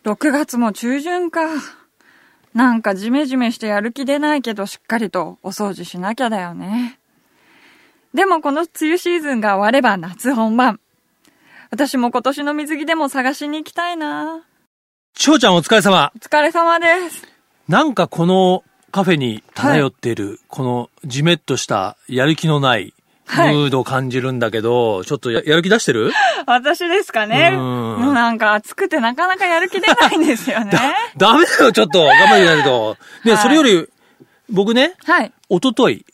6月も中旬か。なんかジメジメしてやる気出ないけどしっかりとお掃除しなきゃだよね。でもこの梅雨シーズンが終われば夏本番。私も今年の水着でも探しに行きたいな。 しほちゃんお疲れ様。 お疲れ様です。 なんかこのカフェに漂っている、このジメッとしたやる気のないムードを感じるんだけど、ちょっと やる気出してる？ 私ですかね。もうなんか暑くてなかなかやる気出ないんですよね。 ダメだよ、ちょっと頑張ってないけど。で、それより、僕ね、一昨日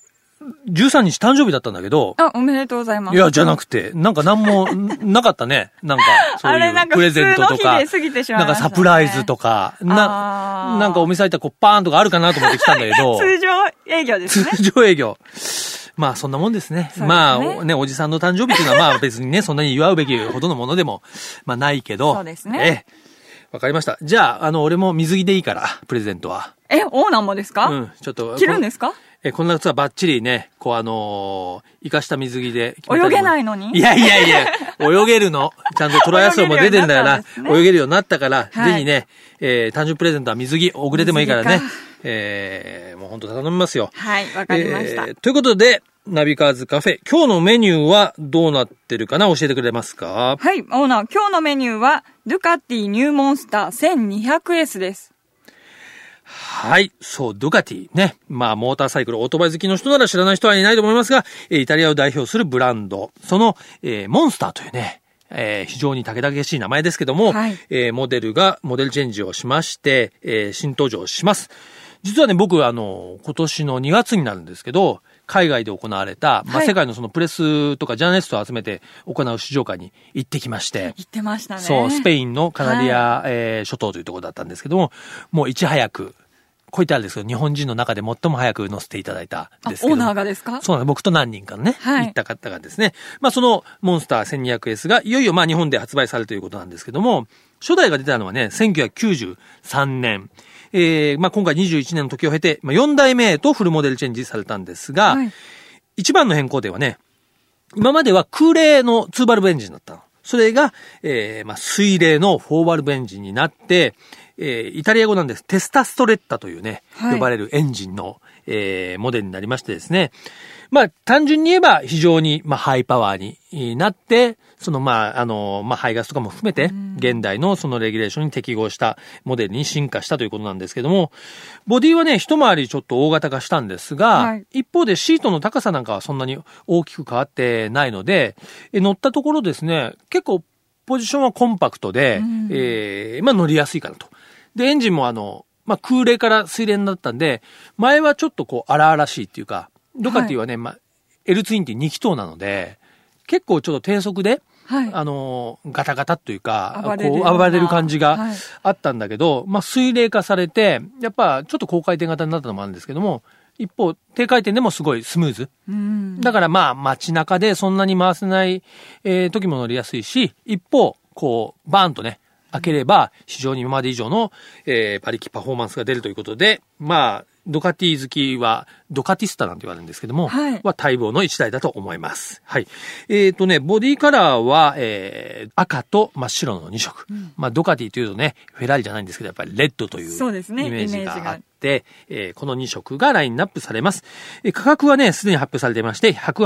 13日誕生日だったんだけど。 おめでとうございます。 いや、じゃなくて、なんか何もなかったね。なんか、そういうプレゼントとか、なんかサプライズとか、なんかお店入ったらこうパーンとかあるかなと思って来たんだけど。 通常営業ですね。 通常営業。まあそんなもんですね。まあね、おじさんの誕生日っていうのはまあ別にね、そんなに祝うべきほどのものでも、まあないけど。 そうですね。 わかりました。じゃあ、俺も水着でいいから、プレゼントは。 オーナーもですか？ うん、ちょっと。 着るんですか？ この夏はバッチリね、こう生かした水着で。 泳げないのに？ いや、泳げるの。ちゃんとトライアスロンも出てんだから、泳げるようになったから、ぜひね、誕生日プレゼントは水着、遅れてもいいからね。もう本当頼みますよ。 はい、わかりました。 ということで、ナビカーズカフェ、今日のメニューはどうなってるかな？教えてくれますか？ はい、オーナー、今日のメニューは、ドゥカティニューモンスター 1200S です。 はい。そう、ドゥカティね。まあ、モーターサイクル、オートバイ好きの人なら知らない人はいないと思いますが、イタリアを代表するブランド。その、モンスターというね、非常にたけだけしい名前ですけども、モデルチェンジをしまして、新登場します。実はね、僕、今年の2月になるんですけど、海外で行われた、まあ、世界のそのプレスとかジャーナリストを集めて行う試乗会に行ってきまして。 行ってましたね。 そう、スペインのカナリア、諸島というところだったんですけども、もういち早く、こういったあれですけど、日本人の中で最も早く乗せていただいたんですけど。 オーナーがですか？ そうなんです。僕と何人かのね、行った方がですね。まあそのモンスター 1200S がいよいよまあ日本で発売されるということなんですけども、初代が出たのはね、1993年。まあ今回21年の時を経て、まあ4代目へとフルモデルチェンジされたんですが、一番の変更点はね、今までは空冷の2バルブエンジンだったの。それが、まあ水冷の4バルブエンジンになって、イタリア語なんです。テスタストレッタというね、呼ばれるエンジンの、モデルになりましてですね。まあ、単純に言えば非常に、まあ、ハイパワーになって、その、まあ、まあ、排ガスとかも含めて、現代のそのレギュレーションに適合したモデルに進化したということなんですけども、ボディはね、一回りちょっと大型化したんですが、一方でシートの高さなんかはそんなに大きく変わってないので、乗ったところですね、結構ポジションはコンパクトで、まあ、乗りやすいかなと。で、エンジンもまあ、空冷から水冷になったんで、前はちょっとこう荒々しいっていうか、ドカティはね、まあ、L ツインって2気筒なので、結構ちょっと低速で、ガタガタというか、こう暴れる感じがあったんだけど、まあ、水冷化されて、やっぱちょっと高回転型になったのもあるんですけども、一方、低回転でもすごいスムーズ。だからまあ、街中でそんなに回せない、時も乗りやすいし、一方、こう、バーンとね、開ければ、非常に今まで以上の、馬力パフォーマンスが出るということで、まあ、ドカティ好きは、ドカティスタなんて言われるんですけども、は待望の一台だと思います。はい。ボディカラーは、赤と真っ白の2色。まあ、ドカティというとね、フェラーリじゃないんですけど、やっぱりレッドというイメージがあって、この2色がラインナップされます。価格はね、すでに発表されていまして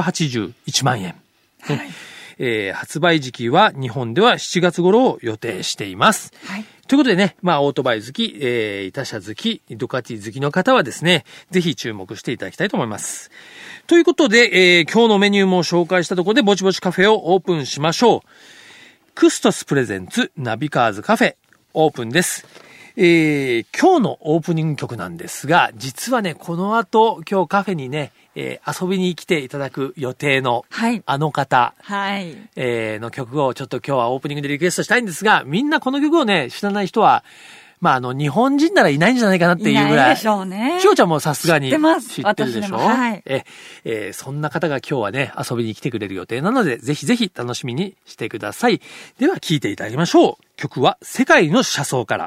、181万円。発売時期は日本では7月頃を予定しています。ということでね、まあ、オートバイ好き、他車好き、ドカティ好きの方はですね、ぜひ注目していただきたいと思います。ということで、今日のメニューも紹介したところで、ぼちぼちカフェをオープンしましょう。クストスプレゼンツナビカーズカフェ、オープンです。今日のオープニング曲なんですが、実はね、この後、今日カフェにね、遊びに来ていただく予定の、あの方、の曲をちょっと今日はオープニングでリクエストしたいんですが、みんなこの曲をね、知らない人は、まあ、日本人ならいないんじゃないかなっていうぐらい。いないでしょうね。しおちゃんもさすがに知ってるでしょ。そんな方が今日はね、遊びに来てくれる予定なので、ぜひぜひ楽しみにしてください。では、聴いていただきましょう。曲は、世界の車窓から。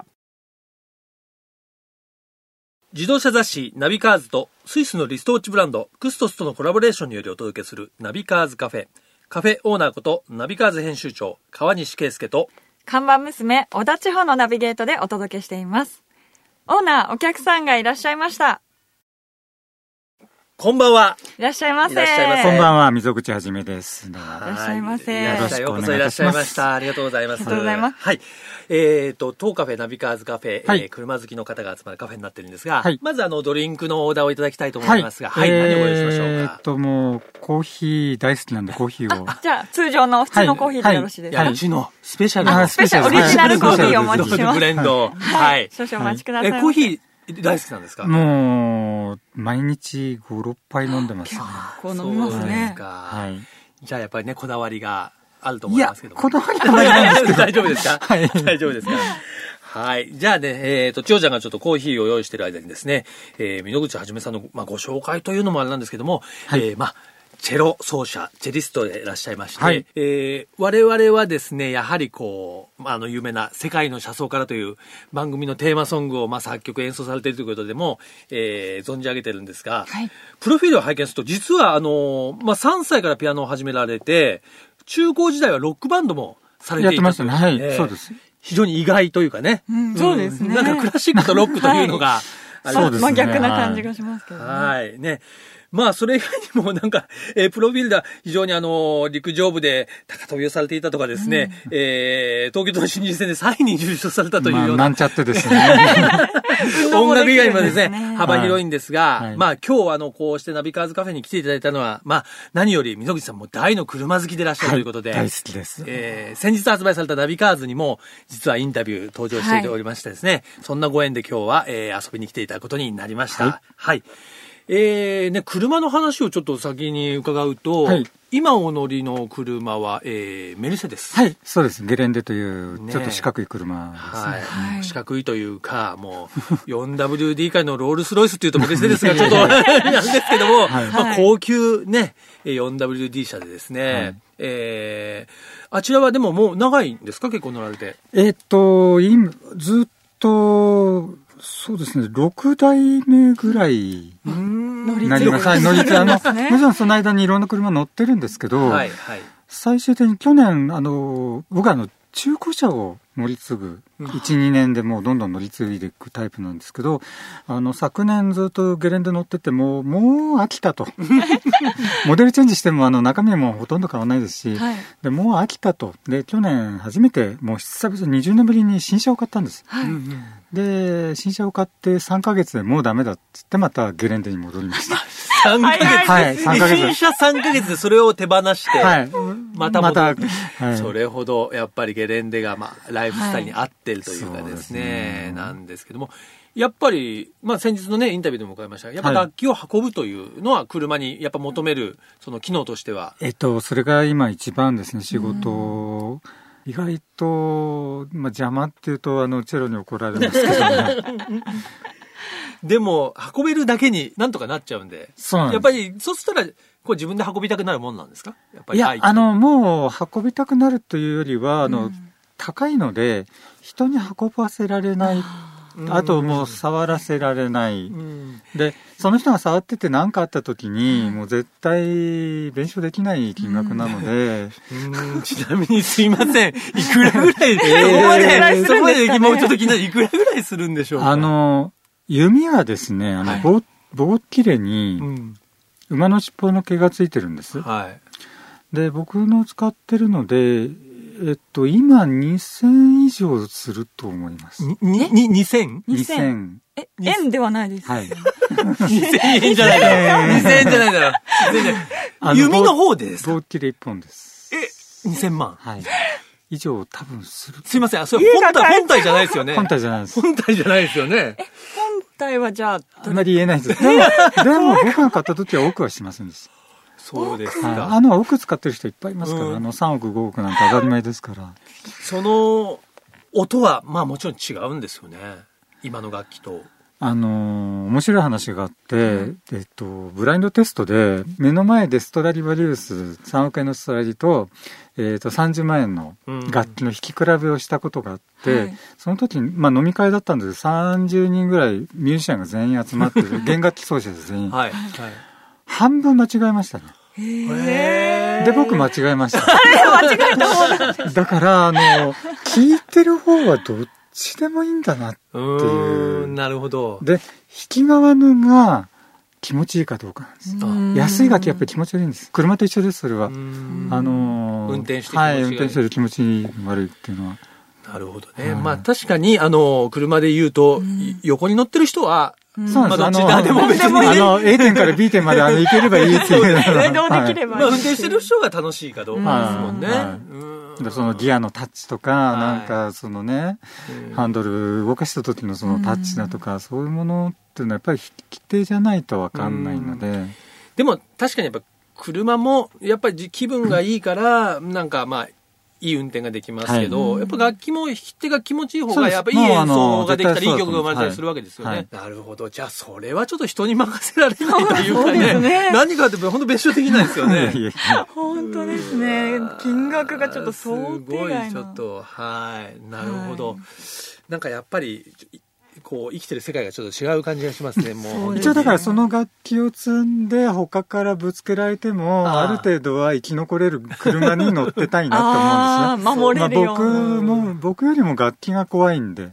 自動車雑誌ナビカーズとスイスのリストウォッチブランドクストスとのコラボレーションによりお届けするナビカーズカフェ。カフェオーナーことナビカーズ編集長川西圭介と看板娘、小田千穂のナビゲートでお届けしています。オーナー、お客さんがいらっしゃいました。 こんばんは。 いらっしゃいませ。 こんばんは、溝口はじめです。 いらっしゃいませ。 ようこそいらっしゃいました。ありがとうございます。 ありがとうございます。 はい。当カフェナビカーズカフェ、 はい、 車好きの方が集まるカフェになってるんですが、 はい、 まずドリンクのオーダーをいただきたいと思いますが、はい、何をご用意しましょうか。 もう、コーヒー大好きなんで、コーヒーを。 じゃあ、通常の普通のコーヒーでよろしいですか。 うちのスペシャルの。 スペシャル、オリジナルコーヒーをお待ちします。 ブレンド。 はい。少々お待ちください。 コーヒー、大好きなんですか？ もう、毎日5、6杯飲んでますね。 こう飲みますね。 はい。 じゃあやっぱりね、こだわりがあると思いますけども。 いや、こだわりはないんですけど。 大丈夫ですか？ はい。 大丈夫ですか？はい。じゃあね、千代ちゃんがちょっとコーヒーを用意している間にですね、溝口はじめさんの、ご紹介というのもあれなんですけども、はい、チェロ奏者、チェリストでいらっしゃいまして、はい、我々はですね、やはり有名な世界の車窓からという番組のテーマソングを作曲演奏されているということでも、存じ上げてるんですが、はい、プロフィールを拝見すると、実は3歳からピアノを始められて、中高時代はロックバンドもされていたという。 やってましたね。はい、そうです。 非常に意外というかね。 そうですね。 なんかクラシックとロックというのが、 そうですね。 逆な感じがしますけどね。 はい。ね。それ以外にもプロフィールでは非常に陸上部で高跳びをされていたとかですね、東京都の新人戦で3位に入賞されたというような。 なんちゃってですね。 音楽以外にもですね、幅広いんですが、今日こうしてナビカーズカフェに来ていただいたのは、何より溝口さんも大の車好きでいらっしゃるということで、 大好きです。 先日発売されたナビカーズにも、実はインタビュー登場しておりましてですね、そんなご縁で今日は、遊びに来ていただくことになりました。はい。車の話をちょっと先に伺うと、はい、今お乗りの車は、メルセデス。 はい、そうです。ゲレンデという、ちょっと四角い車ですね。 はい。四角いというか、もう、4WD 界のロールスロイスっていうとメルセデスがちょっと、なんですけども、高級ね、4WD 車でですね、あちらはでももう長いんですか？結構乗られて。 今、ずっと、そうですね、6代目ぐらいなります。乗り継ぎ。もちろんその間にいろんな車乗ってるんですけど、はいはい、最終的に去年、僕は中古車を乗り継ぐ、1、2年でもうどんどん乗り継いでいくタイプなんですけど、昨年ずっとゲレンデ乗っててもう飽きたと。モデルチェンジしても中身もほとんど変わらないですし、はい、でもう飽きたと。で、去年初めてもう久々20年ぶりに新車を買ったんです。はい、で、新車を買って3ヶ月でもうダメだって言ってまたゲレンデに戻りました。 3ヶ月、 はい、3ヶ月。 新車3ヶ月でそれを手放して、はい、また戻る。 はい、 それほどやっぱりゲレンデがライフスタイルに合ってるというかですね、なんですけども、やっぱり、先日のね、インタビューでも伺いましたが、やっぱ楽器を運ぶというのは車にやっぱ求める、その機能としては。 それが今一番ですね、仕事。意外と、邪魔っていうと、チェロに怒られますけどね。 でも、運べるだけになんとかなっちゃうんで。 そうなんです。 やっぱり、そうしたら、自分で運びたくなるもんなんですか？やっぱり。 いや、もう、運びたくなるというよりは、高いので、人に運ばせられない。あともう触らせられない。で、その人が触ってて何かあった時に、もう絶対弁償できない金額なので。 ちなみにすいません。いくらぐらい、そこまでもうちょっと気になる。いくらぐらいするんでしょうか？ 弓はですね、棒切れに、馬の尻尾の毛がついてるんです。はい。で、僕の使ってるので、今2000以上すると思います。 2000？ 円ではないです。 はい。 2000円じゃないだろ。2000円じゃないだろ。弓の方でですか？ 棒切れ1本です。 2000万。 はい。以上多分する。 すいません。それ本体じゃないですよね。 本体じゃないです。 本体じゃないですよね。 本体はじゃあ、 あんまり言えないです。でも僕が買った時は奥はしませんでした。 そうですか。 奥使ってる人いっぱいいますから、3億5億なんて当たり前ですから。 その音はもちろん違うんですよね。今の楽器と。 面白い話があって、ブラインドテストで目の前でストラディバリウス3億円のストラディと、30万円の楽器の弾き比べをしたことがあって、その時に、飲み会だったんですけど30人ぐらいミュージシャンが全員集まってる弦楽器奏者です全員、半分間違えましたね。 で、僕間違えました。 間違えた方だって。 だから、聞いてる方はどっちでもいいんだなっていう。 なるほど。 で、弾き側のが気持ちいいかどうかなんです。安い楽器やっぱり気持ち悪いんです。車と一緒です、それは。 運転して気持ちはい、運転してる気持ち悪いっていうのは。 なるほどね。まあ確かに、車で言うと、横に乗ってる人は、 そうなんです。でも別に、A 点から B 点まで行ければいいっていう。 移動できればいい。 運転してる人が楽しいかどうかですもんね。 そのギアのタッチとか、なんかそのね、ハンドル動かした時のそのタッチだとか、そういうものっていうのはやっぱり規定じゃないとわかんないので。 でも確かにやっぱ車も、やっぱり気分がいいから、なんかまあ、いい運転ができますけど、やっぱ楽器も弾き手が気持ちいい方が、やっぱいい演奏ができたり、いい曲が生まれたりするわけですよね。なるほど。じゃあ、それはちょっと人に任せられないというかね。何かって本当別所できないですよね。 本当ですね。金額がちょっと想定外な。 すごい、ちょっと、はい。なるほど。なんかやっぱり、こう生きてる世界がちょっと違う感じがしますね。もう一応だからその楽器を積んで他からぶつけられてもある程度は生き残れる車に乗ってたいなと思うんですね。 守れるような。僕よりも楽器が怖いんで、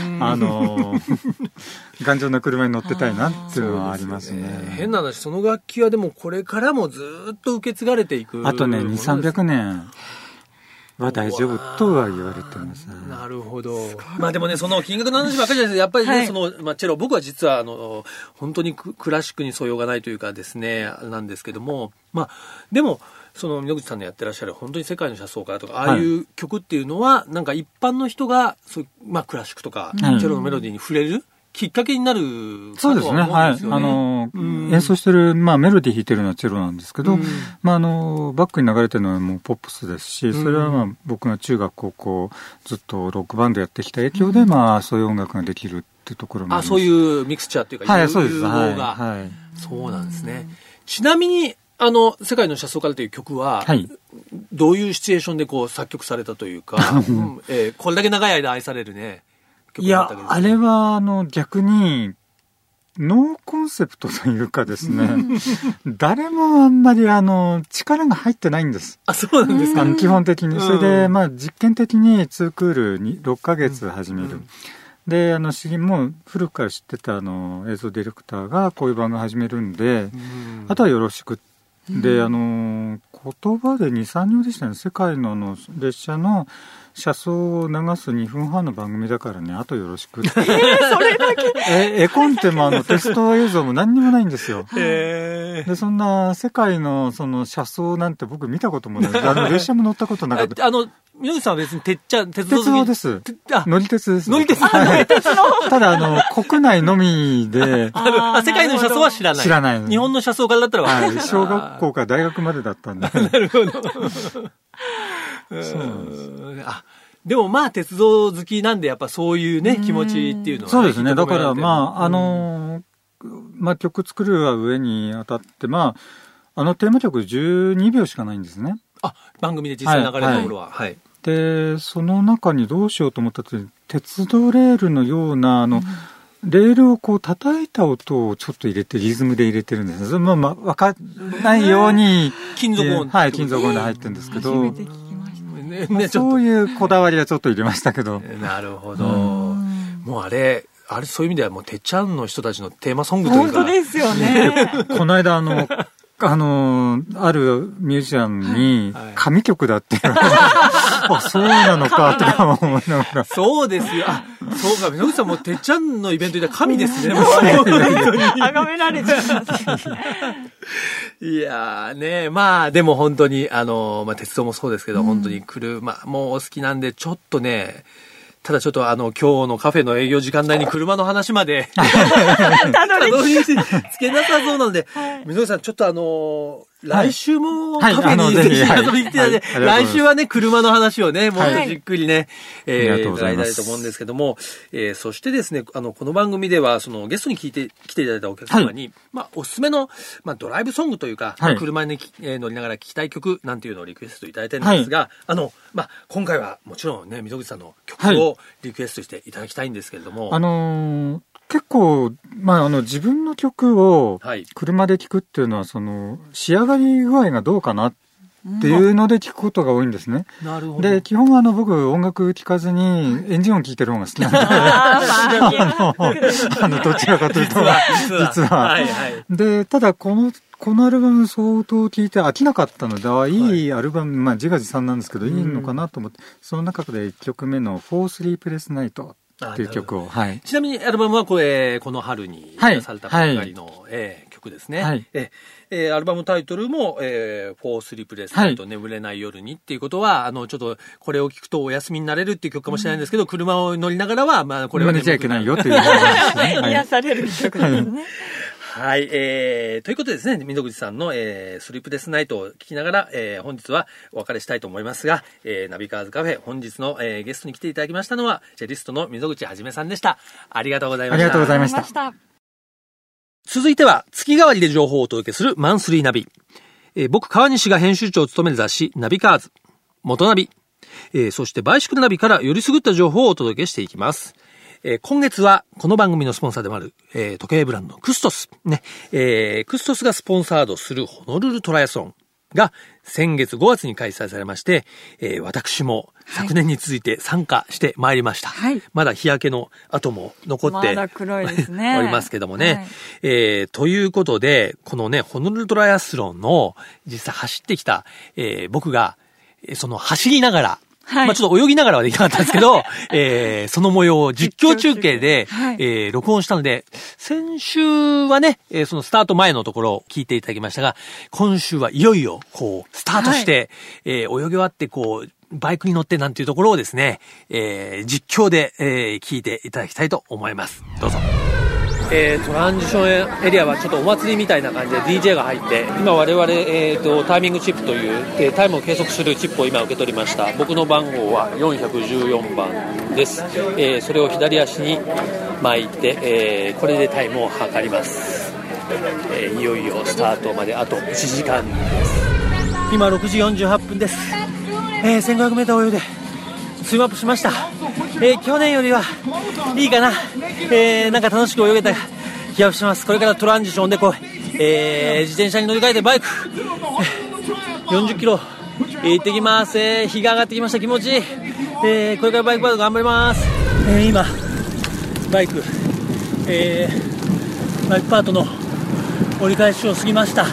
頑丈な車に乗ってたいなっていうのはありますね。 変な話、その楽器はでもこれからもずっと受け継がれていく。 あとね、2、300年。は大丈夫とは言われてます。 なるほど。まあでもね、その金額の話ばっかりじゃないです。やっぱりね、まあチェロ、僕は実は本当にクラシックに素養がないというかですね、なんですけども、まあでも、野口さんのやってらっしゃる本当に世界の車窓からとか、ああいう曲っていうのは、なんか一般の人が、まあクラシックとか、チェロのメロディーに触れるきっかけになるそうですね。はい。演奏してる、まあメロディー弾いてるのはチェロなんですけど、まあバックに流れてるのはもうポップスですし、それはまあ僕が中学高校ずっとロックバンドやってきた影響で、まあそういう音楽ができるっていうところもあります。 そういうミクスチャーっていうか、 はい、そうです。 はい。そうなんですね。ちなみに、世界の車窓からという曲は、どういうシチュエーションでこう作曲されたというか、これだけ長い間愛されるね、 いや、あれは、逆に、ノーコンセプトというかですね、誰もあんまり、力が入ってないんです。 そうなんですか。 基本的に。それで、まあ、実験的に2クールに6ヶ月始める。で、もう古くから知ってた、映像ディレクターがこういう番組始めるんで、あとはよろしく。で、言葉で2、3行でしたね。世界の列車の車窓を流す2分半の番組だからね、あとよろしく。それだけ絵コンテもテスト映像も何にもないんですよ。で、そんな世界のその車窓なんて僕見たこともない。列車も乗ったことなかった。 宮口さんは別に鉄道です。乗り鉄です。 乗り鉄のただ、国内のみで。 世界の車窓は知らない。 知らない。 日本の車窓からだったらはい。小学校から大学までだったんで。 なるほど。でもまあ鉄道好きなんでやっぱそういうね気持ちっていうのは、 そうですね。だからまあまあ曲作る上にあたってまあテーマ曲12秒しかないんですね。 番組で実際流れるところは。はい。 でその中にどうしようと思った時鉄道レールのようなレールをこう叩いた音をちょっと入れてリズムで入れてるんです。まあ分かんないように金属音はい金属音で入ってるんですけど。 初めて聞きましたね。 そういうこだわりはちょっと入れましたけど。 なるほど。もうあれそういう意味ではもうてっちゃんの人たちのテーマソングというか。 本当ですよね。 この間あるミュージシャンに神曲だって言われて、そうなのかとか思いながら。 そうですよ。そうか、野口さんもてっちゃんのイベントで神ですね。 崇められちゃいますね。 いやーね、まあでも本当に鉄道もそうですけど、本当に車もお好きなんでちょっとね。ただちょっと今日のカフェの営業時間内に車の話までたどり着けなさそうなので、溝口さんちょっと来週もカフェにぜひ遊びに来てたので、来週はね、車の話をね、もっとじっくりね、伺いたいと思うんですけども、そしてですね、この番組では、ゲストに来ていただいたお客様に、おすすめの、ドライブソングというか、車に乗りながら聴きたい曲なんていうのをリクエストいただいてるんですが、今回はもちろんね、溝口さんの曲をリクエストしていただきたいんですけれども、 結構自分の曲を車で聴くっていうのは、仕上がり具合がどうかなっていうので聴くことが多いんですね。 なるほど。 で、基本は僕音楽聴かずにエンジン音聴いてる方が好きなんで、どちらかというと、実は。はいはい、で、ただこのアルバム相当聴いて飽きなかったので、いいアルバム、自画自賛なんですけど、いいのかなと思って、その中で1曲目のFor Sleepless Nightっていう曲を。はい、 ちなみにアルバムはこの春に出されたばっかりの、曲ですね。はい、アルバムタイトルも、For Sleepless Night、眠れない夜にっていうことは、ちょっとこれを聞くとお休みになれるっていう曲かもしれないんですけど、車を乗りながらは、これは寝ちゃいけないよっていう話ですね。 癒される曲ですね。 はい、ということでですね、溝口さんの、スリープレスナイトを聞きながら、本日はお別れしたいと思いますが、ナビカーズカフェ、本日の、ゲストに来ていただきましたのは、チェリストの溝口はじめさんでした。ありがとうございました。 ありがとうございました。 続いては、月替わりで情報をお届けするマンスリーナビ。僕、川西が編集長を務める雑誌、ナビカーズ、元ナビ、そしてバイシクルナビからよりすぐった情報をお届けしていきます。今月はこの番組のスポンサーでもある、時計ブランドクストス、ね、クストスがスポンサードするホノルルトライアスロンが先月5月に開催されまして、私も昨年に続いて参加してまいりました。はい、まだ日焼けの跡も残って、 まだ黒いですね。 おりますけどもね、はい、ということでこのねホノルルトライアスロンの実際走ってきた、僕がその走りながらはい、ちょっと泳ぎながらはできなかったんですけど、その模様を実況中継で、はい、録音したので、先週はね、そのスタート前のところを聞いていただきましたが、今週はいよいよ、スタートして、はい、泳ぎ終わって、バイクに乗ってなんていうところをですね、実況で、聞いていただきたいと思います。どうぞ。トランジションエリアはちょっとお祭りみたいな感じで DJ が入って、今我々、タイミングチップという、タイムを計測するチップを今受け取りました。僕の番号は414番です。それを左足に巻いて、これでタイムを測ります。いよいよスタートまであと1時間です。今6時48分です。1500メートル泳いでスイムアップしました。去年よりはいいかな。なんか楽しく泳げた気がします。これからトランジションで自転車に乗り換えてバイク、40キロ行ってきます。日が上がってきました。気持ちいい。これからバイクパート頑張ります。今バイクパートの折り返しを過ぎました。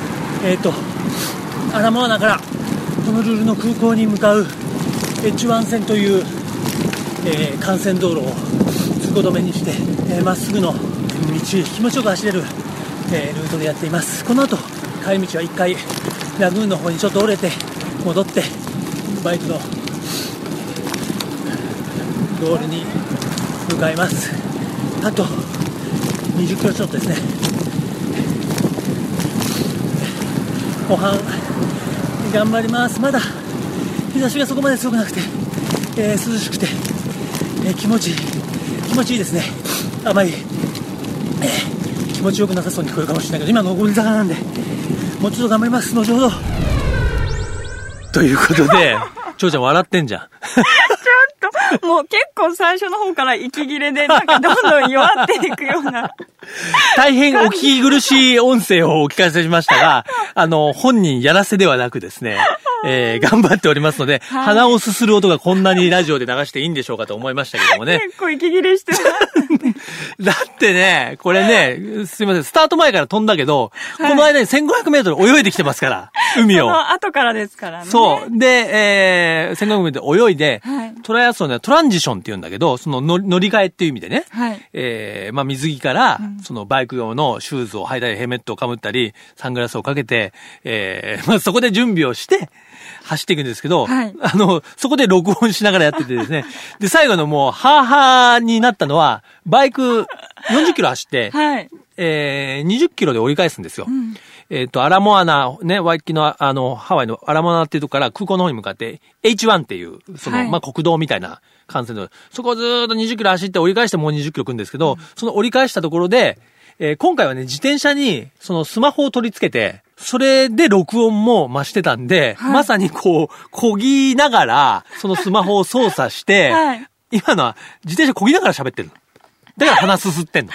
アラモアナからホノルルの空港に向かうH1 線という、幹線道路を通行止めにして、まっすぐの道気持ちよく走れる、ルートでやっています。この後帰り道は1回ラグーンの方にちょっと折れて戻ってバイクのゴールに向かいます。あと20キロちょっとですね。後半頑張ります。まだ日差しがそこまで強くなくて、涼しくて、気持ちいいですね。あまり、気持ちよくなさそうに聞こえるかもしれないけど、今上り坂なんでもうちょっと頑張ります。後ほど。ということで長ちゃん笑ってんじゃん。 ちょっともう結構最初の方から息切れでなんかどんどん弱っていくような大変お聞き苦しい音声をお聞かせしましたが、本人やらせではなくですね、頑張っておりますので、はい、鼻をすする音がこんなにラジオで流していいんでしょうかと思いましたけどもね。 結構息切れしてます。 だってね、これね、すいません、スタート前から飛んだけど、はい、この間に1500メートル泳いできてますから、海を。 その後からですからね。 そう。で、1500メートル泳いで、はい、トライアスロンではトランジションって言うんだけど、その乗り換えっていう意味でね、はい、水着から、そのバイク用のシューズを履いたり、ヘルメットをかぶったり、サングラスをかけて、そこで準備をして、走っていくんですけど、はい、そこで録音しながらやっててですね。で、最後のもう、ハーになったのは、バイク40キロ走って、はい、20キロで折り返すんですよ。うん、アラモアナ、ね、ワイキキのハワイのアラモアナっていうとこから空港の方に向かって、H1 っていう、はい、国道みたいな幹線道路。そこをずーっと20キロ走って折り返してもう20キロ来るんですけど、その折り返したところで、今回はね、自転車に、そのスマホを取り付けて、それで録音も増してたんで、はい、まさに漕ぎながら、そのスマホを操作して、はい、今のは自転車漕ぎながら喋ってる。だから鼻すすってんの。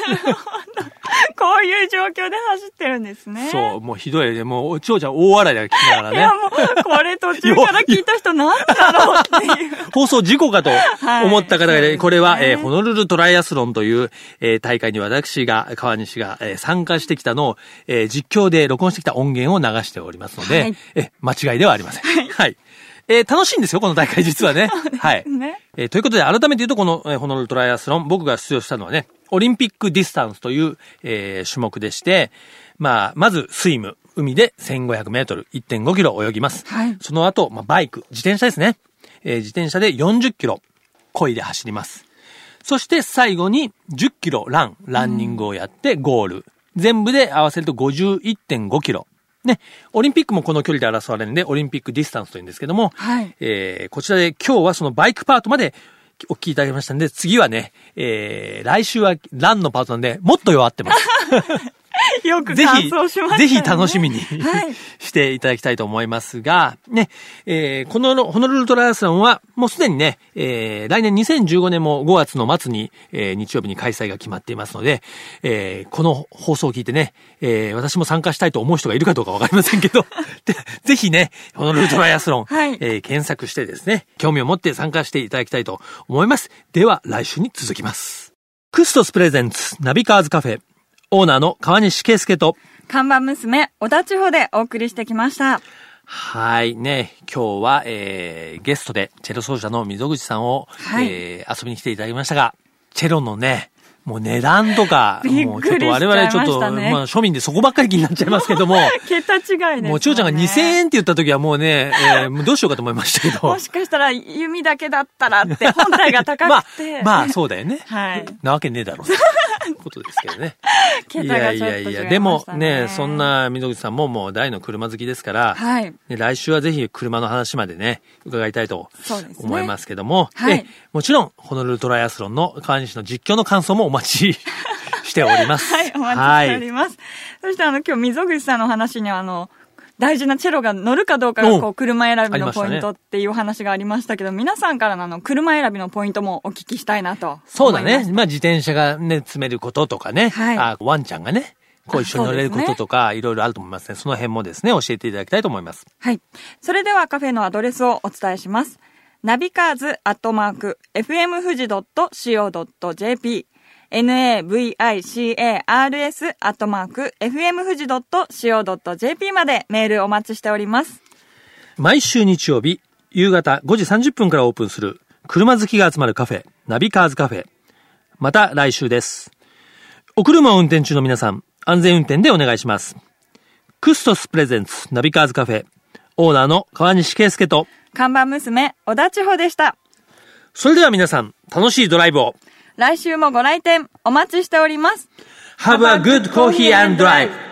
こういう状況で走ってるんですね。 そう、もうひどいね。もう、長ちゃん大笑いだけ聞きながらね。 いや、もう、これ途中から聞いた人なんだろうっていう。 放送事故かと思った方がいる、 はい、 これは、ホノルルトライアスロンという、大会に私が、川西が、参加してきたのを、実況で録音してきた音源を流しておりますので、はい、間違いではありません。はい。楽しいんですよ、この大会実はね。はい。ということで、改めて言うと、この、ホノルルトライアスロン、僕が出場したのはね、オリンピックディスタンスという、種目でして、まず、スイム、海で1500メートル、1.5 キロ泳ぎます。はい。その後、バイク、自転車ですね。自転車で40キロ、漕いで走ります。そして最後に10キロランニングをやってゴール。全部で合わせると 51.5 キロ。ね、オリンピックもこの距離で争われるんで、オリンピックディスタンスというんですけども、はい。こちらで今日はそのバイクパートまでお聞きいただきましたんで、次はね、来週はランのパートなんで、もっと弱ってます。 よく感想しましたね。 ぜひ楽しみに、はい、していただきたいと思いますが、ね、このホノルルトライアスロンはもうすでにね、来年2015年も5月の末に、日曜日に開催が決まっていますので、この放送を聞いてね、私も参加したいと思う人がいるかどうかわかりませんけど、ぜひね、ホノルルトライアスロン、はい、検索してですね、興味を持って参加していただきたいと思います。では来週に続きます。クストスプレゼンツナビカーズカフェ。オーナーの川西圭介と看板娘小田千穂でお送りしてきました。 はいね、今日は、ゲストでチェロ奏者の溝口さんを、はい、遊びに来ていただきましたが、チェロのね、もう値段とか、もうちょっと我々ちょっと、庶民でそこばっかり気になっちゃいますけども。 桁違いですね。 もう長ちゃんが2000円って言った時はもうね、どうしようかと思いましたけど。 もしかしたら弓だけだったらって本体が高くて。 まあそうだよね。 はい。 なわけねえだろう。ことですけどね。 桁がちょっと違いましたね。 でもね、そんな溝口さんももう大の車好きですから、はい。来週はぜひ車の話までね、伺いたいと思いますけども、はい。もちろん、ホノルルトライアスロンの川西の実況の感想もお待ちしております。 はい、お待ちしております。はい、そして今日溝口さんの話には大事なチェロが乗るかどうかが車選びのポイントっていうお話がありましたけど、皆さんからの車選びのポイントもお聞きしたいなと。 そうだね。自転車がね、詰めることとかね。はい。ワンちゃんがね、一緒に乗れることとか、いろいろあると思いますね。その辺もですね、教えていただきたいと思います。 はい。それではカフェのアドレスをお伝えします。ナビカーズ@fm富士.co.jp navicars@fm富士.co.jp までメールお待ちしております。 毎週日曜日夕方5時30分からオープンする車好きが集まるカフェ、ナビカーズカフェ。また来週です。お車を運転中の皆さん、安全運転でお願いします。クストスプレゼンツナビカーズカフェ、オーナーの川西圭介と看板娘小田千穂でした。 それでは皆さん、楽しいドライブを。 来週もご来店お待ちしております。 Have a good coffee and drive.